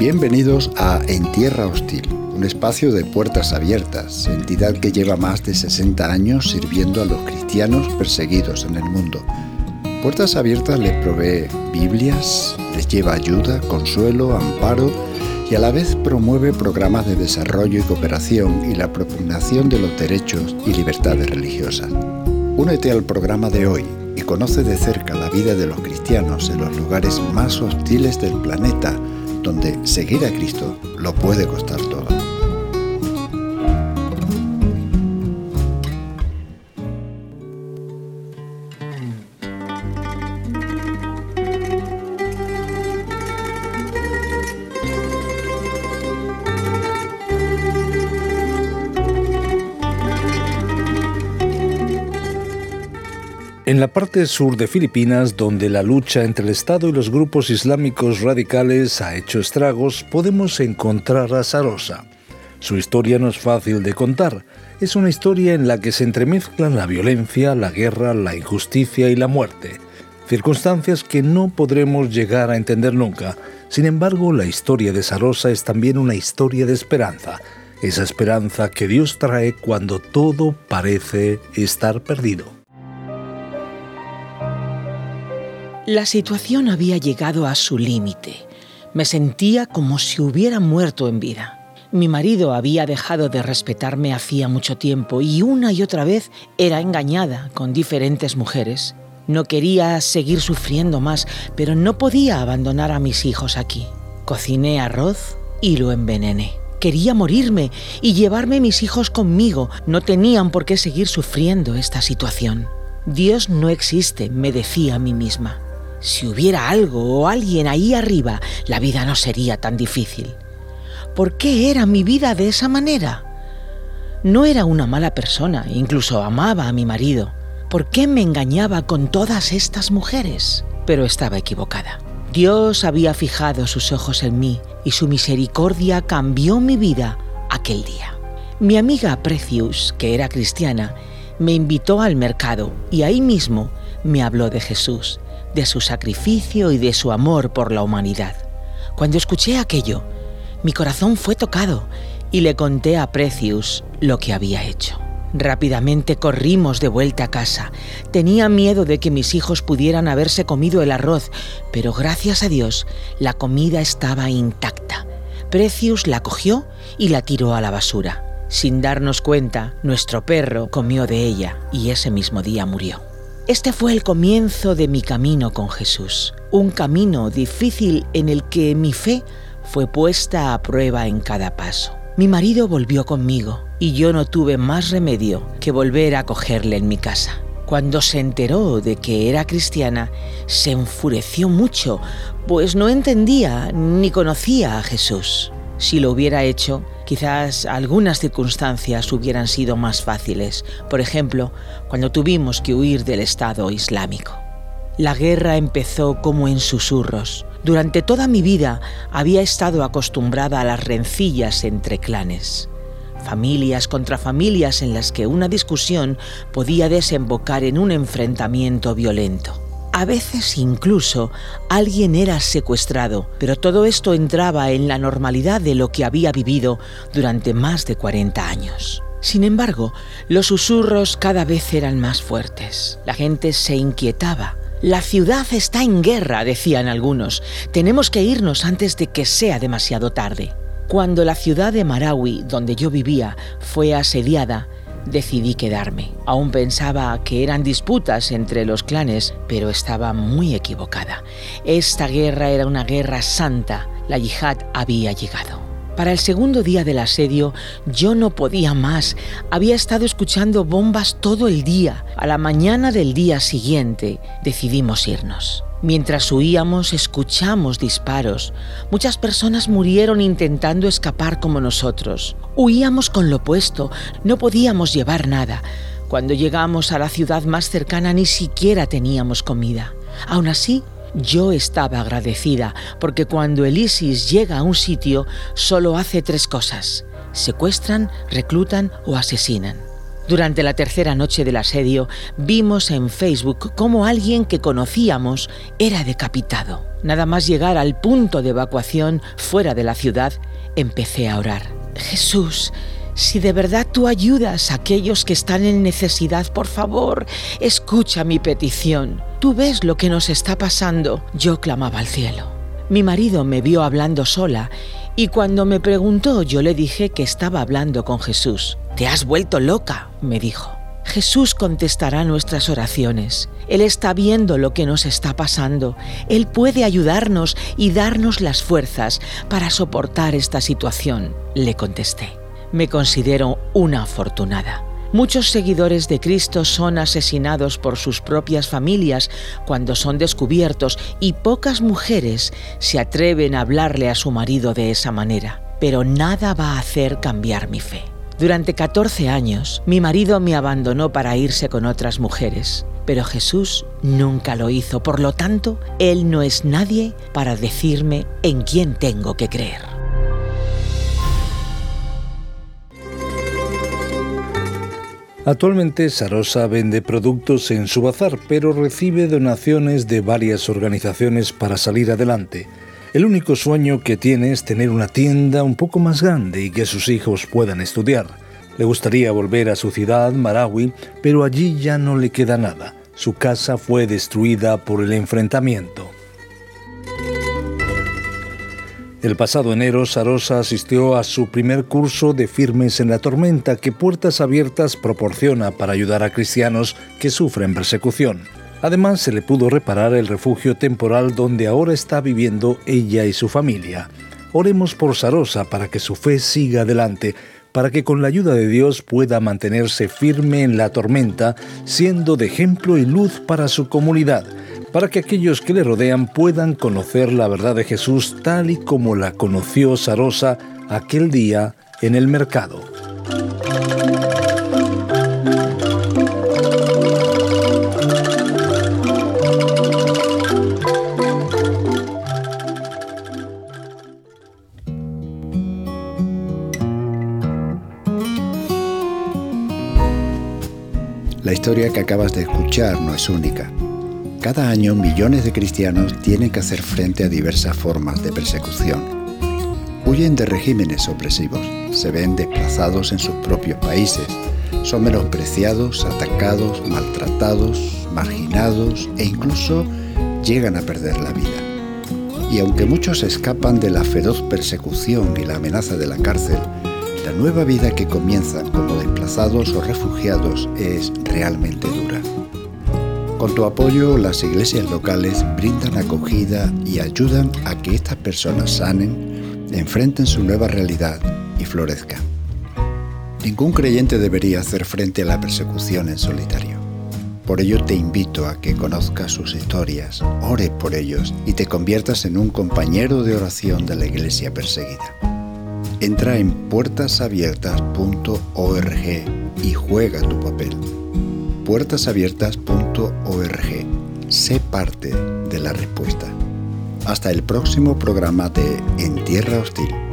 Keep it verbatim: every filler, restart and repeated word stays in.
Bienvenidos a En Tierra Hostil, un espacio de puertas abiertas, entidad que lleva más de sesenta años sirviendo a los cristianos perseguidos en el mundo. Puertas Abiertas les provee Biblias, les lleva ayuda, consuelo, amparo y a la vez promueve programas de desarrollo y cooperación y la propugnación de los derechos y libertades religiosas. Únete al programa de hoy y conoce de cerca la vida de los cristianos en los lugares más hostiles del planeta, donde seguir a Cristo lo puede costar todo. En la parte sur de Filipinas, donde la lucha entre el Estado y los grupos islámicos radicales ha hecho estragos, podemos encontrar a Sarosa. Su historia no es fácil de contar. Es una historia en la que se entremezclan la violencia, la guerra, la injusticia y la muerte. Circunstancias que no podremos llegar a entender nunca. Sin embargo, la historia de Sarosa es también una historia de esperanza. Esa esperanza que Dios trae cuando todo parece estar perdido. La situación había llegado a su límite. Me sentía como si hubiera muerto en vida. Mi marido había dejado de respetarme hacía mucho tiempo y una y otra vez era engañada con diferentes mujeres. No quería seguir sufriendo más, pero no podía abandonar a mis hijos aquí. Cociné arroz y lo envenené. Quería morirme y llevarme mis hijos conmigo. No tenían por qué seguir sufriendo esta situación. Dios no existe, me decía a mí misma. Si hubiera algo o alguien ahí arriba, la vida no sería tan difícil. ¿Por qué era mi vida de esa manera? No era una mala persona, incluso amaba a mi marido. ¿Por qué me engañaba con todas estas mujeres? Pero estaba equivocada. Dios había fijado sus ojos en mí y su misericordia cambió mi vida aquel día. Mi amiga Precious, que era cristiana, me invitó al mercado y ahí mismo me habló de Jesús, de su sacrificio y de su amor por la humanidad. Cuando escuché aquello, mi corazón fue tocado y le conté a Precious lo que había hecho. Rápidamente corrimos de vuelta a casa. Tenía miedo de que mis hijos pudieran haberse comido el arroz, pero gracias a Dios la comida estaba intacta. Precious la cogió y la tiró a la basura. Sin darnos cuenta, nuestro perro comió de ella y ese mismo día murió. Este fue el comienzo de mi camino con Jesús, un camino difícil en el que mi fe fue puesta a prueba en cada paso. Mi marido volvió conmigo y yo no tuve más remedio que volver a acogerle en mi casa. Cuando se enteró de que era cristiana, se enfureció mucho, pues no entendía ni conocía a Jesús. Si lo hubiera hecho, quizás algunas circunstancias hubieran sido más fáciles. Por ejemplo, cuando tuvimos que huir del Estado Islámico. La guerra empezó como en susurros. Durante toda mi vida había estado acostumbrada a las rencillas entre clanes. Familias contra familias en las que una discusión podía desembocar en un enfrentamiento violento. A veces incluso alguien era secuestrado, pero todo esto entraba en la normalidad de lo que había vivido durante más de cuarenta años. Sin embargo, los susurros cada vez eran más fuertes. La gente se inquietaba. La ciudad está en guerra, decían algunos. Tenemos que irnos antes de que sea demasiado tarde. Cuando la ciudad de Marawi, donde yo vivía, fue asediada, decidí quedarme. Aún pensaba que eran disputas entre los clanes, pero estaba muy equivocada. Esta guerra era una guerra santa. La yihad había llegado. Para el segundo día del asedio, yo no podía más. Había estado escuchando bombas todo el día. A la mañana del día siguiente, decidimos irnos. Mientras huíamos, escuchamos disparos. Muchas personas murieron intentando escapar como nosotros. Huíamos con lo puesto, no podíamos llevar nada. Cuando llegamos a la ciudad más cercana, ni siquiera teníamos comida. Aún así, yo estaba agradecida, porque cuando el ISIS llega a un sitio, solo hace tres cosas: secuestran, reclutan o asesinan. Durante la tercera noche del asedio, vimos en Facebook cómo alguien que conocíamos era decapitado. Nada más llegar al punto de evacuación fuera de la ciudad, empecé a orar. Jesús, si de verdad tú ayudas a aquellos que están en necesidad, por favor, escucha mi petición. Tú ves lo que nos está pasando. Yo clamaba al cielo. Mi marido me vio hablando sola y cuando me preguntó, yo le dije que estaba hablando con Jesús. «Te has vuelto loca», me dijo. Jesús contestará nuestras oraciones. Él está viendo lo que nos está pasando. Él puede ayudarnos y darnos las fuerzas para soportar esta situación, le contesté. Me considero una afortunada. Muchos seguidores de Cristo son asesinados por sus propias familias cuando son descubiertos y pocas mujeres se atreven a hablarle a su marido de esa manera. Pero nada va a hacer cambiar mi fe. Durante catorce años, mi marido me abandonó para irse con otras mujeres, pero Jesús nunca lo hizo. Por lo tanto, Él no es nadie para decirme en quién tengo que creer. Actualmente Sarosa vende productos en su bazar, pero recibe donaciones de varias organizaciones para salir adelante. El único sueño que tiene es tener una tienda un poco más grande y que sus hijos puedan estudiar. Le gustaría volver a su ciudad, Marawi, pero allí ya no le queda nada. Su casa fue destruida por el enfrentamiento. El pasado enero, Sarosa asistió a su primer curso de Firmes en la Tormenta que Puertas Abiertas proporciona para ayudar a cristianos que sufren persecución. Además, se le pudo reparar el refugio temporal donde ahora está viviendo ella y su familia. Oremos por Sarosa para que su fe siga adelante, para que con la ayuda de Dios pueda mantenerse firme en la tormenta, siendo de ejemplo y luz para su comunidad, para que aquellos que le rodean puedan conocer la verdad de Jesús tal y como la conoció Sarosa aquel día en el mercado. La historia que acabas de escuchar no es única. Cada año millones de cristianos tienen que hacer frente a diversas formas de persecución. Huyen de regímenes opresivos, se ven desplazados en sus propios países, son menospreciados, atacados, maltratados, marginados e incluso llegan a perder la vida. Y aunque muchos escapan de la feroz persecución y la amenaza de la cárcel, la nueva vida que comienzan como desplazados o refugiados es realmente dura. Con tu apoyo, las iglesias locales brindan acogida y ayudan a que estas personas sanen, enfrenten su nueva realidad y florezcan. Ningún creyente debería hacer frente a la persecución en solitario. Por ello te invito a que conozcas sus historias, ores por ellos y te conviertas en un compañero de oración de la iglesia perseguida. Entra en puertas abiertas punto org y juega tu papel. puertas abiertas punto org. Sé parte de la respuesta. Hasta el próximo programa de En Tierra Hostil.